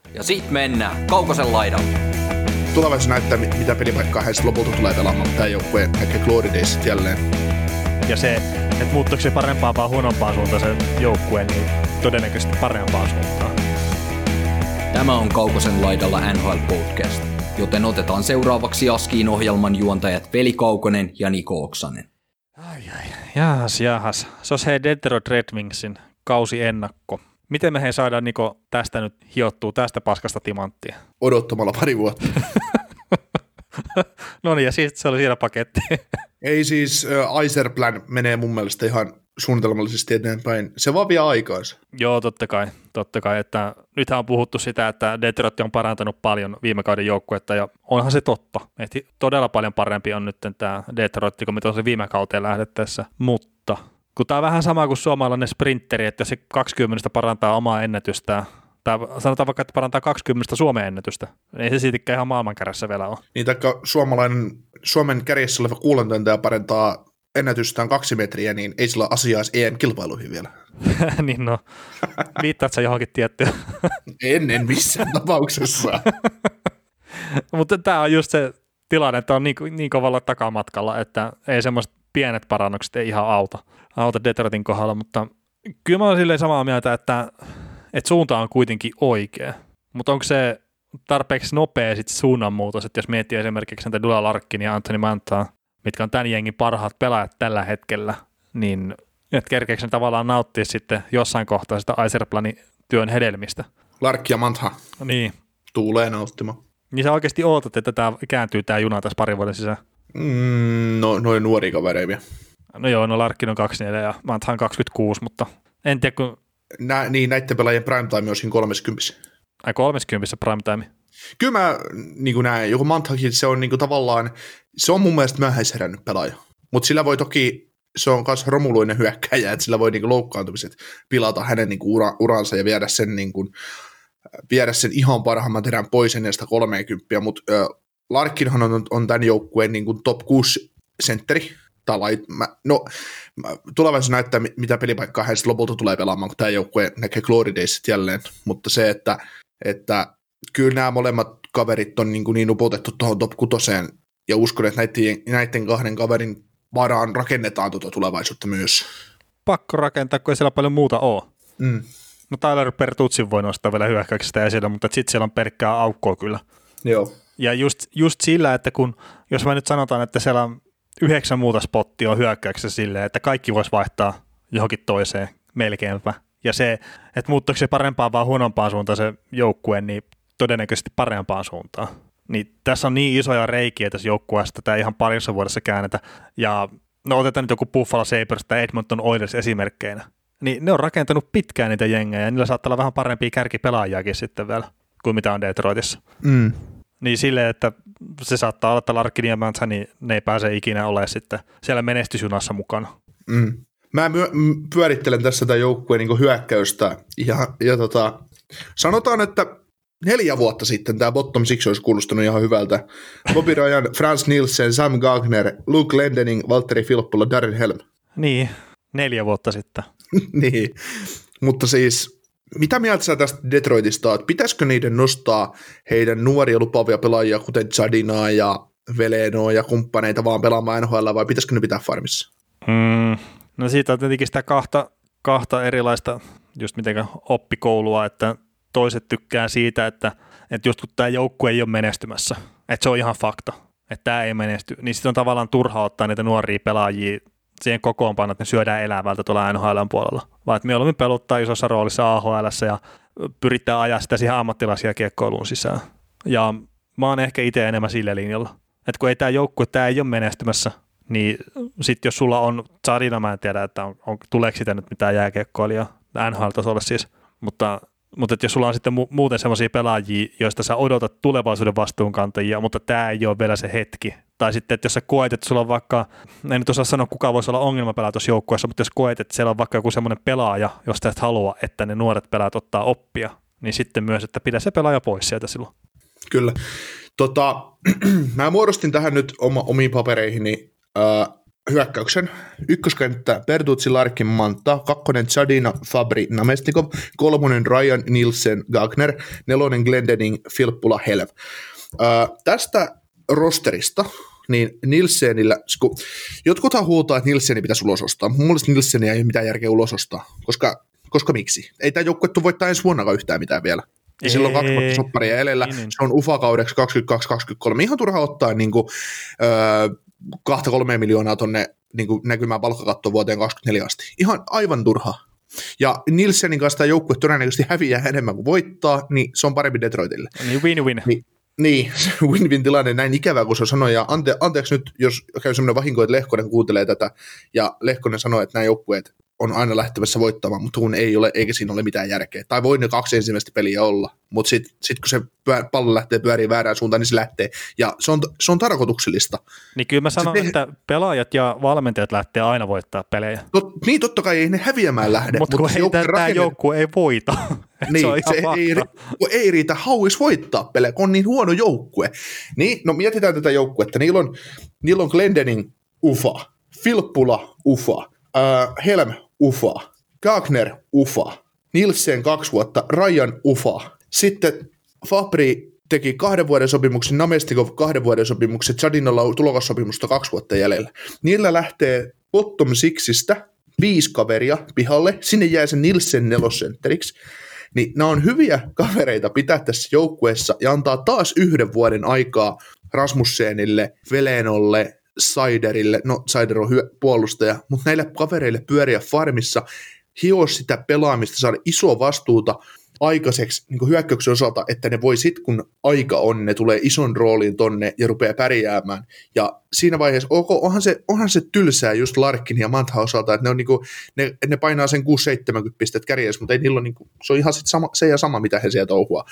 Ja sit mennään Kaukosen laidalle. Tulevaisuus näyttää, mitä pelipaikkaa hän lopulta tulee pelaamaan, mutta tämä joukkue näkee Glory Daysit jälleen. Ja se, että muuttuuko se parempaan vai huonompaan suuntaan se joukkue, niin todennäköisesti parempaan suuntaan. Tämä on Kaukosen laidalla NHL Podcast, joten otetaan seuraavaksi Askiin ohjelman juontajat Veli Kaukonen ja Niko Oksanen. Jahas. Se olisi Detroit Red Wingsin kausiennakko. Miten me saadaan Niko tästä nyt hiottua tästä paskasta timanttia? Odottamalla pari vuotta. No niin, ja siis se oli siinä paketti. Ei siis, Iserplan menee mun mielestä ihan suunnitelmallisesti eteenpäin. Se vaan vie aikaansa. Joo, totta kai, että nythän on puhuttu sitä, että Detroit on parantanut paljon viime kauden joukkuetta, ja onhan se totta, että todella paljon parempi on nyt tämä Detroit, kuin mitä on se viime kauteen lähdettäessä, mutta kun tämä on vähän sama kuin suomalainen sprinteri, että se 20 parantaa omaa ennätystään, tai sanotaan vaikka, että parantaa 20 Suomen ennätystä, ei se siitäkään ihan maailmankärjessä vielä ole. Niin, taikka Suomen kärjessä oleva kuulantointaja parantaa ennätystään 2 metriä, niin ei sillä ole asiaa EM-kilpailuihin vielä. Niin no, viittaat sä johonkin tiettyyn? En missään tapauksessa. Mutta tämä on just se tilanne, että on niin kovalla takamatkalla, että ei semmoiset pienet parannukset ei ihan auta Detroitin kohdalla, mutta kyllä mä olen silleen samaa mieltä, että suunta on kuitenkin oikea, mutta onko se tarpeeksi nopea sitten suunnanmuutos, että jos miettii esimerkiksi näitä Dula Larkin ja Anthony Mantaa, mitkä on tämän jengin parhaat pelaajat tällä hetkellä, niin että kerkeekö ne tavallaan nauttia sitten jossain kohtaa sitä Iserplanin työn hedelmistä. Larkki ja Mantha. Niin. Tuulee nauttimaan. Niin sä oikeasti ootat, että tämä kääntyy tämä juna tässä parin vuoden sisään? Noin nuoria kavereivia. No joo, no Larkin on 24 ja Mantha on 26, mutta en tiedä kun... Näiden pelaajien primetime on siinä 30. Ai 30 primetime? Kyllä mä niin näen, joku Manthakin se on niin tavallaan, se on mun mielestä myöhäisherännyt pelaaja, mutta sillä voi toki, se on myös romuluinen hyökkäjä, että sillä voi niin loukkaantumiset pilata hänen niin uransa ja viedä sen ihan parhaimman terän pois ennen sitä 30, mutta Larkinhan on tämän joukkueen niin top 6 sentteri. Tulevaisuus näyttää, mitä pelipaikkaa hän lopulta tulee pelaamaan, kun tämä joukkue näkee Glory Daysit jälleen, mutta se, että kyllä nämä molemmat kaverit on niin upotettu tuohon top 6, ja uskon, että näiden kahden kaverin varaan rakennetaan tuota tulevaisuutta myös. Pakko rakentaa, kun ei siellä paljon muuta ole. Mm. No Tyler Bertuzzin voi nostaa vielä hyökkäyksestä esille, mutta sitten siellä on pelkkää aukkoa kyllä. Joo. Ja just sillä, että jos mä nyt sanotaan, että siellä on 9 muuta spottia on hyökkäyksessä silleen, että kaikki voisi vaihtaa johonkin toiseen melkeinpä. Ja se, että muuttuuko se parempaan vai huonompaan suuntaan se joukkue, niin todennäköisesti parempaan suuntaan. Niin tässä on niin isoja reikiä tässä joukkueessa, että tämä ihan parissa vuodessa käännetä. Ja no otetaan nyt joku Buffalo Sabres tai Edmonton Oilers esimerkkeinä. Niin ne on rakentanut pitkään niitä jengejä, ja niillä saattaa olla vähän parempia kärkipelaajiakin sitten vielä, kuin mitä on Detroitissa. Mm. Niin silleen, että se saattaa olla, että Larkin ja Mantha, niin ne ei pääse ikinä olemaan sitten siellä menestysjunassa mukana. Mm. Mä pyörittelen tässä tätä joukkueen niin hyökkäystä, ja sanotaan, että 4 vuotta sitten tämä bottom six olisi kuulostanut ihan hyvältä. Bobby Ryan, Frans Nielsen, Sam Gagner, Luke Lendening, Valtteri Filppula, Darren Helm. Niin, 4 vuotta sitten. Niin, mutta siis mitä mieltä sä tästä Detroitista oot? Pitäisikö niiden nostaa heidän nuoria lupaavia pelaajia, kuten Zadinaa ja Velenoa ja kumppaneita vaan pelaamaan NHL, vai pitäisikö ne pitää farmissa? No siitä on tietenkin sitä kahta erilaista just mitenkään oppikoulua, että toiset tykkää siitä, että just kun tämä joukkue ei ole menestymässä, että se on ihan fakta, että tämä ei menesty, niin sitten on tavallaan turha ottaa niitä nuoria pelaajia siihen kokoonpanoon, että ne syödään elävältä tuolla NHL:n puolella, vaan että mieluummin peluttaa isossa roolissa AHL:ssä ja pyritään ajaa sitä siihen ammattilaisia kiekkoiluun sisään. Ja mä oon ehkä itse enemmän sillä linjalla, että kun ei tämä joukkue, tämä ei ole menestymässä, niin sitten jos sulla on Zadina, mä en tiedä, että tuleeko sitä nyt mitään jääkiekkoilijaa NHL-tasolle siis, mutta että jos sulla on sitten muuten semmoisia pelaajia, joista sä odotat tulevaisuuden vastuunkantajia, mutta tämä ei ole vielä se hetki. Tai sitten, että jos sä koet, että sulla on vaikka, en nyt osaa sanoa, kuka voisi olla ongelmapelaaja tuossa joukkueessa, mutta jos koet, että siellä on vaikka joku semmoinen pelaaja, josta et halua, että ne nuoret pelaajat ottaa oppia, niin sitten myös, että pidä se pelaaja pois sieltä silloin. Kyllä. Mä muodostin tähän nyt omiin papereihini hyökkäyksen. Ykköskenttä Bertuzzi, Larkin, Manta, kakkonen Zadina, Fabri, Namestnikov, kolmonen Ryan, Nielsen, Gagner, nelonen Glendening, Filppula, Helv. Tästä rosterista niin Nielsenillä, jotkuthan huutaa, että Nielseni pitäisi ulosostaa. Mun mielestä Nielseniä ei ole mitään järkeä ulosostaa, koska miksi? Ei tämä joukkue tule voittaa ensi vuonnakaan yhtään mitään vielä. Ja silloin 2 vuotta sopparia edellä, se on UFA-kaudeksi 22-23. Ihan turha ottaa niin kuin, 2-3 miljoonaa tonne niin kuin näkymään palkkakattoon vuoteen 2024 asti. Ihan aivan turha. Ja Nielsenin kanssa tämä joukkue todennäköisesti häviää enemmän kuin voittaa, niin se on parempi Detroitille. Niin win-win. Niin, win-win tilanne näin ikävä kuin se sanoi, ja anteeksi nyt, jos käy sellainen vahinko, että Lehkonen kuuntelee tätä, ja Lehkonen sanoi, että nämä joukkueet on aina lähtevässä voittamaan, mutta kun ei ole, eikä siinä ole mitään järkeä. Tai voi ne 2 ensimmäistä peliä olla, mutta sitten kun se pallo lähtee pyöriin väärään suuntaan, niin se lähtee, ja se on tarkoituksellista. Niin kyllä mä sanon, että pelaajat ja valmentajat lähtee aina voittaa pelejä. Niin totta kai ei ne häviämään lähde. Mutta kun tämä joukkue ei voita. Niin, ei riitä hauis voittaa pelejä, kun on niin huono joukkue. Niin, no mietitään tätä joukkuetta. Niillä on Glendening ufa, Filppula ufa, Helm ufa, Gagner ufa, Nielsen 2 vuotta, Ryan ufa. Sitten Fabri teki 2 vuoden sopimuksen, Namestikov 2 vuoden sopimuksen, Zadinalla on tulokassopimusta 2 vuotta jäljellä. Niillä lähtee bottom 6:stä 5 kaveria pihalle, sinne jää se Nielsen 4-sentteriksi. Niin nämä on hyviä kavereita pitää tässä joukkueessa ja antaa taas 1 vuoden aikaa Rasmussenille, Velenolle, Seiderille, no Seider on puolustaja, mutta näille kavereille pyöriä farmissa, hioa sitä pelaamista, saada isoa vastuuta aikaiseksi niin hyökkäyksen osalta, että ne voi sitten, kun aika on, ne tulee ison rooliin tonne ja rupeaa pärjäämään. Ja siinä vaiheessa, onhan se tylsää just Larkin ja Mantha osalta, että ne, on niin kuin, ne painaa sen 6-70 pistet kärjessä, mutta ei niillä ole, niin kuin, se on ihan se ja sama, mitä he siellä touhuaa.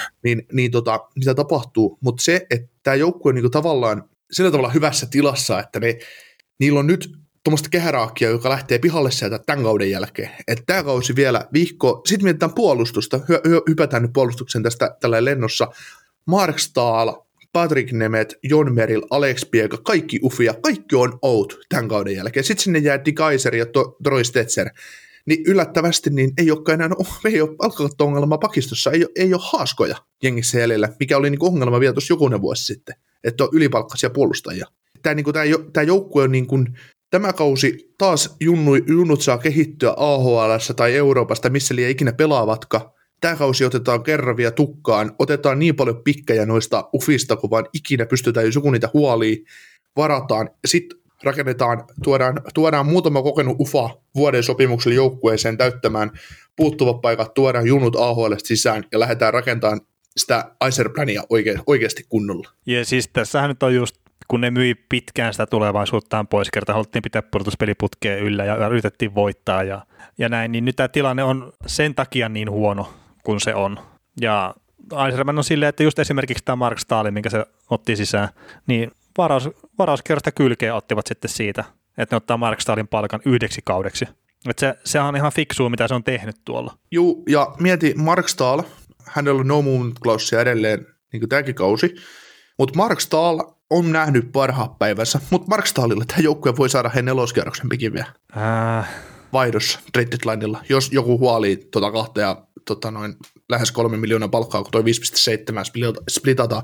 Mitä tapahtuu, mutta se, että tämä joukkue on niin kuin tavallaan sillä tavalla hyvässä tilassa, että niillä on nyt tuommoista kehäraakkia, joka lähtee pihalle sieltä tämän kauden jälkeen. Että tämä kausi vielä vihko, sitten mietitään puolustusta, hypätään nyt puolustuksen tästä tällä lennossa. Mark Stahl, Patrick Nemeth, Jon Merrill, Alex Pieka, kaikki ufia, kaikki on out tämän kauden jälkeen. Sitten sinne jää Di Kaiser ja Troy Stetzer. Niin yllättävästi niin ei olekaan enää, ei ole alkakatto-ongelmaa pakistossa, ei ole haaskoja jengissä jäljellä, mikä oli niin ongelma vielä tuossa jokunen vuosi sitten, että on ylipalkkaisia puolustajia. Tämä joukkue on niin kuin, tämä kausi taas junnut saa kehittyä AHL:ssä tai Euroopasta, missä liian ikinä pelaavatkaan. Tämä kausi otetaan kerran vielä tukkaan, otetaan niin paljon pikkejä noista ufista, kun vaan ikinä pystytään, jos joku niitä huoliin, varataan. Sitten rakennetaan, tuodaan muutama kokenut ufa vuoden sopimuksella joukkueeseen täyttämään puuttuvat paikat, tuodaan junut AHL:stä sisään ja lähdetään rakentamaan sitä Iserplania oikeasti kunnolla. Ja siis tässähän nyt on just, kun ne myi pitkään sitä tulevaisuuttaan pois, kertaa haluttiin pitää pudotuspeliputkeen yllä ja yritettiin voittaa ja näin, niin nyt tämä tilanne on sen takia niin huono kuin se on. Ja Iserman on silleen, että just esimerkiksi tämä Mark Stahl, minkä se otti sisään, niin varauskerrasta kylkeä ottivat sitten siitä, että ne ottaa Mark Stahlin palkan 1 kaudeksi. Että sehän on ihan fiksua, mitä se on tehnyt tuolla. Juu, ja mieti Mark Stahl, hänellä on no movement clausea edelleen, niin kuin tämäkin kausi, mutta Mark Stahl on nähnyt parhaat päivänsä, mutta Mark Stahlilla tämä joukkue voi saada he 4-kierroksen pikin vielä. Vaihdossa, trade deadlinella, jos joku huolii kahta ja lähes 3 miljoonaa palkkaa, kun toi 5,7 splitataan.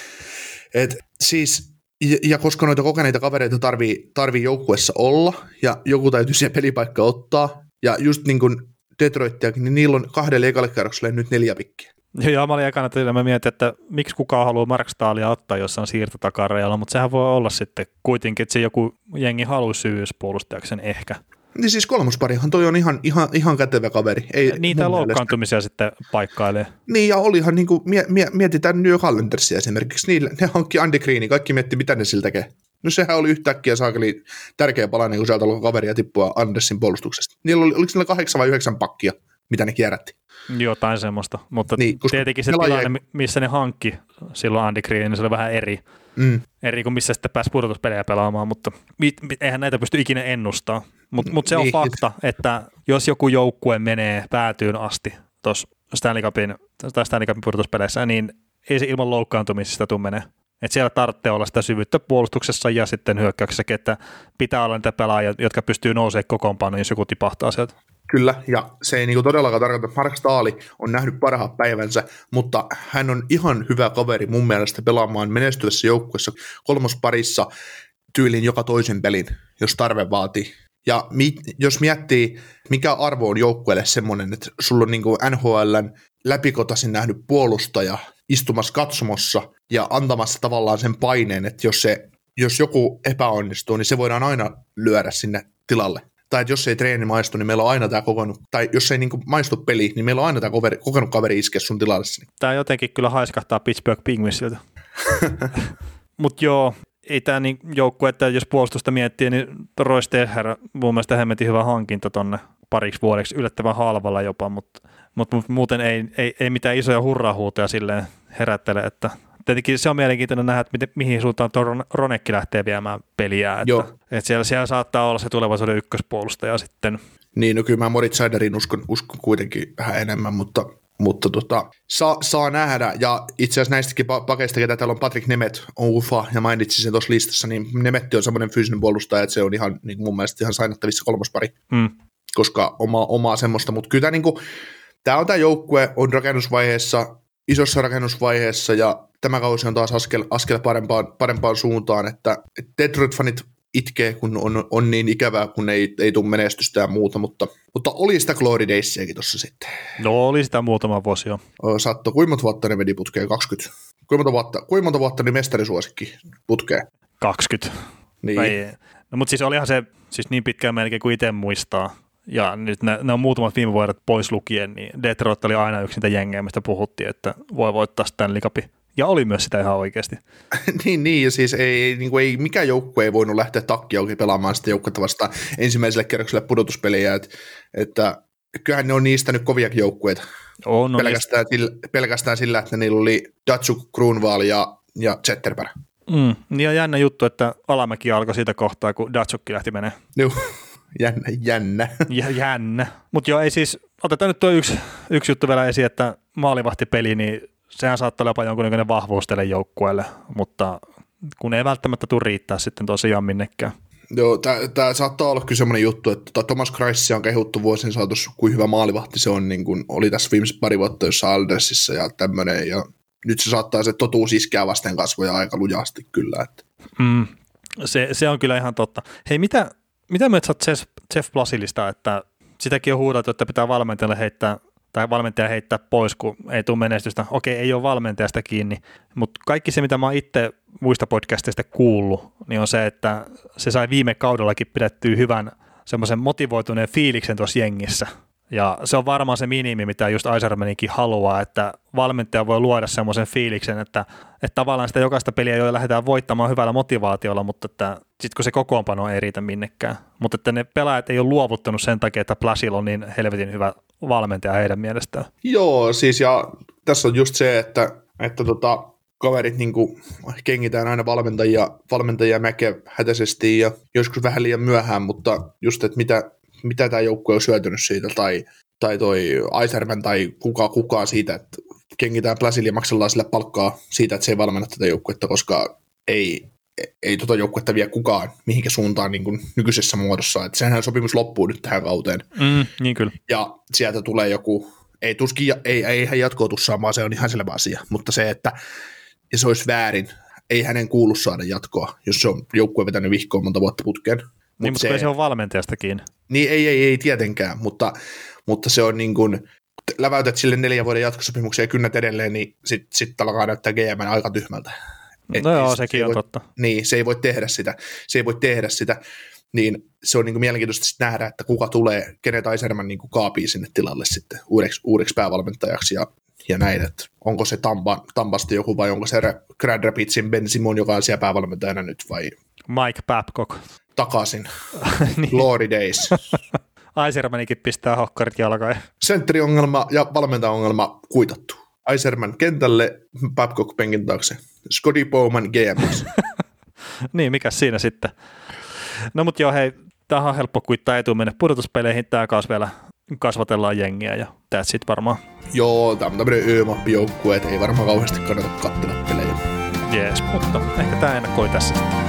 Et siis, ja koska noita kokeneita kavereita tarvii joukkueessa olla, ja joku täytyy siihen pelipaikka ottaa, ja just niin kuin Detroitiakin, niin niillä on 2 ekalle kierrokselle nyt 4 pikkiä. Joo, mä olin ekana, että mä mietin, että miksi kukaan haluaa Mark Stahlia ottaa jossain siirtotakarajalla, mutta sehän voi olla sitten kuitenkin, että se joku jengi haluaisi syvyyspuolustajaksen ehkä. Niin siis kolmosparihan toi on ihan kätevä kaveri. Ei, niitä loukkaantumisia sitten paikkailee. Niin ja olihan, niin kuin, mietitään New Calendarsia esimerkiksi, ne hankki Andy Greeni, kaikki mietti mitä ne sillä tekee. No sehän oli yhtäkkiä saakeli tärkeä palainen, kun sieltä alkoi kaveria tippua Andersin puolustuksesta. Oliko niillä 8 vai 9 pakkia, mitä ne kierrätti? Jotain semmoista, mutta niin, tietenkin se tilanne, missä ne hankki silloin Andy Greeni, niin se oli vähän eri. Eri kuin missä sitten pääsi pudotuspelejä pelaamaan, mutta eihän näitä pysty ikinä ennustamaan. Mutta se on fakta, että jos joku joukkue menee päätyyn asti tuossa Stanley Cupin pudotuspeleissä, niin ei se ilman loukkaantumisista tule menee. Että siellä tarvitsee olla sitä syvyyttä puolustuksessa ja sitten hyökkäyksessäkin, että pitää olla niitä pelaajia, jotka pystyy nousemaan kokoonpanoon, jos joku tipahtaa sieltä. Kyllä, ja se ei niinku todellakaan tarkoita, että Mark Stahl on nähnyt parhaat päivänsä, mutta hän on ihan hyvä kaveri mun mielestä pelaamaan menestyvässä joukkueessa kolmosparissa tyylin joka toisen pelin, jos tarve vaatii. Ja jos miettii, mikä arvo on joukkueelle semmoinen, että sulla on niinku NHL:n läpikotaisin nähnyt puolustaja istumassa katsomossa ja antamassa tavallaan sen paineen, että jos joku epäonnistuu, niin se voidaan aina lyödä sinne tilalle. Tai että jos ei treeni maistu, niin meillä on aina tämä kokenut, tai jos ei niinku maistu peli, niin meillä on aina tämä kokenut kaveri iskeä sun tilalle. Tämä jotenkin kyllä haiskahtaa Pittsburgh Penguinsilta. Mutta joo, ei tämä niin joukkue, että jos puolustusta miettii, niin Roy Steher mun mielestä hemmetin hyvä hankinta tonne pariksi vuodeksi, yllättävän halvalla jopa, mutta muuten ei mitään isoja hurrahuutoja silleen herättele, että tietenkin se on mielenkiintoinen nähdä, että mihin suuntaan tuo Ronekki lähtee viemään peliä, että siellä saattaa olla se tulevaisuuden ykköspuolustaja sitten. Niin, no kyllä mä Moritz Seiderin uskon kuitenkin vähän enemmän, mutta saa nähdä, ja itse asiassa näistäkin pakeista, ketä täällä on Patrick Nemeth, on UFA, ja mainitsin sen tuossa listassa, niin Nemetti on semmoinen fyysinen puolustaja, että se on ihan niin mun mielestä ihan sainattavissa kolmospari, koska omaa semmoista, mutta kyllä tämä on tämä joukkue, on rakennusvaiheessa, isossa rakennusvaiheessa, ja tämä kausi on taas askel parempaan suuntaan, että Detroit-fanit itkee, kun on niin ikävää, kun ei tule menestystä ja muuta, mutta oli sitä Glory Daysiäkin tuossa sitten. No oli sitä muutama vuosi jo. Kuinka monta vuotta ne vedi putkeen? 20. Kuinka monta vuotta ne mestarisuosikki putkeen? 20. Niin. No mutta siis olihan se siis niin pitkään melkein kuin itse muistaa. Ja nyt ne on muutamat viime vuodet pois lukien, niin Detroit oli aina yksi niitä jengejä, mistä puhuttiin, että voi voittaa Stanley Cupin. Ja oli myös sitä ihan oikeasti. niin, ja siis ei mikään joukkue ei voinut lähteä takkia auki pelaamaan sitä joukkuetta vastaan ensimmäiselle kerrokselle pudotuspeliä, että kyllähän ne on niistä nyt koviakin joukkueita. Pelkästään sillä, että niillä oli Datsuk, Grunwald ja Zetterberg. Ja jännä juttu, että alamäki alkoi siitä kohtaa, kun Datsukki lähti menee. Joo, jännä. Jännä. Mutta joo, ei siis, otetaan nyt tuo yksi juttu vielä esiin, että maalivahtipeli, niin sehän saattaa olla jopa jonkunnäköinen vahvuus tälle joukkueelle, mutta kun ei välttämättä tule riittää sitten tosiaan minnekään. Joo, tämä saattaa olla kyllä semmoinen juttu, että Thomas Kreissia on kehuttu vuosien saatossa, kuin hyvä maalivahti se on, niin kuin oli tässä viimeiset pari vuotta jossain Aldersissa ja tämmöinen, ja nyt se saattaa se totuus iskeä vasten kasvoja aika lujasti kyllä. Että. Se on kyllä ihan totta. Hei, mitä mieltä sä oot Jeff Blasilista, että sitäkin on huudattu, että pitää valmentaja heittää pois, kun ei tule menestystä. Okei, ei ole valmentajasta kiinni, mutta kaikki se, mitä mä oon itse muista podcasteista kuullut, niin on se, että se sai viime kaudellakin pidettyä hyvän semmoisen motivoituneen fiiliksen tuossa jengissä. Ja se on varmaan se minimi, mitä just Yzermaninkin haluaa, että valmentaja voi luoda semmoisen fiiliksen, että tavallaan sitä jokaista peliä jo lähdetään voittamaan hyvällä motivaatiolla, mutta että sitten kun se kokoonpano ei riitä minnekään. Mutta että ne pelaajat ei ole luovuttanut sen takia, että Blasil on niin helvetin hyvä valmentaja heidän mielestään. Joo, siis ja tässä on just se, että kaverit niinku kengitään aina valmentajia mäkeä hätäisesti ja joskus vähän liian myöhään, mutta just, että mitä tämä joukkue on syötynyt siitä, tai toi Yzerman tai kukaan siitä, että kengitään Blasil ja maksellaan sille palkkaa siitä, että se ei valmenna tätä joukkuetta, koska ei tuota joukkuetta vie kukaan mihinkä suuntaan niin kuin nykyisessä muodossa. Että senhän sopimus loppuu nyt tähän kauteen. Niin kyllä. Ja sieltä tulee joku, ei hän jatkoa tuu saamaan, se on ihan selvä asia, mutta se, että ja se olisi väärin, ei hänen kuulu saada jatkoa, jos se on joukkue vetänyt vihkoon monta vuotta putkeen. Niin, mutta se on valmentajastakin. Niin, ei tietenkään, mutta se on niin kuin, läväytät sille 4 vuoden jatkosopimuksen ja kynnät edelleen, niin sitten alkaa näyttää GM aika tyhmältä. No joo, sekin on totta. Niin, se ei voi tehdä sitä. Niin se on niin kuin mielenkiintoista nähdä, että kuka tulee, kenet Yzerman niin kuin kaapii sinne tilalle sitten uudeksi päävalmentajaksi ja näin, että onko se Tampasta joku vai onko se Grand Rapidsin Ben Simon, joka on siellä päävalmentajana nyt vai Mike Babcock. Takaisin. Glory Days. Yzermanikin pistää hokkarit jalkaan. Sentteriongelma ja valmentajaongelma kuitattu. Yzerman kentälle, Babcock penkin taakse. Scotty Bowman GMX. Niin, mikä siinä sitten? No mutta joo, hei, tämähän on helppo kuittaa etuun mennä pudotuspeleihin. Tämä kanssa vielä kasvatellaan jengiä ja that's it varmaan. Joo, tämä on tämmöinen Ö-mappi-joukkue, että ei varmaan kauheasti kannata katsella pelejä. jees, mutta ehkä tämä ennakoi tässä sitten.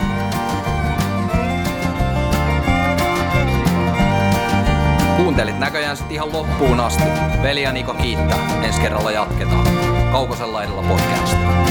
Kuuntelit näköjään sitten ihan loppuun asti. Veli ja Niko kiittää. Ensi kerralla jatketaan. Kaukosella edellä podcast.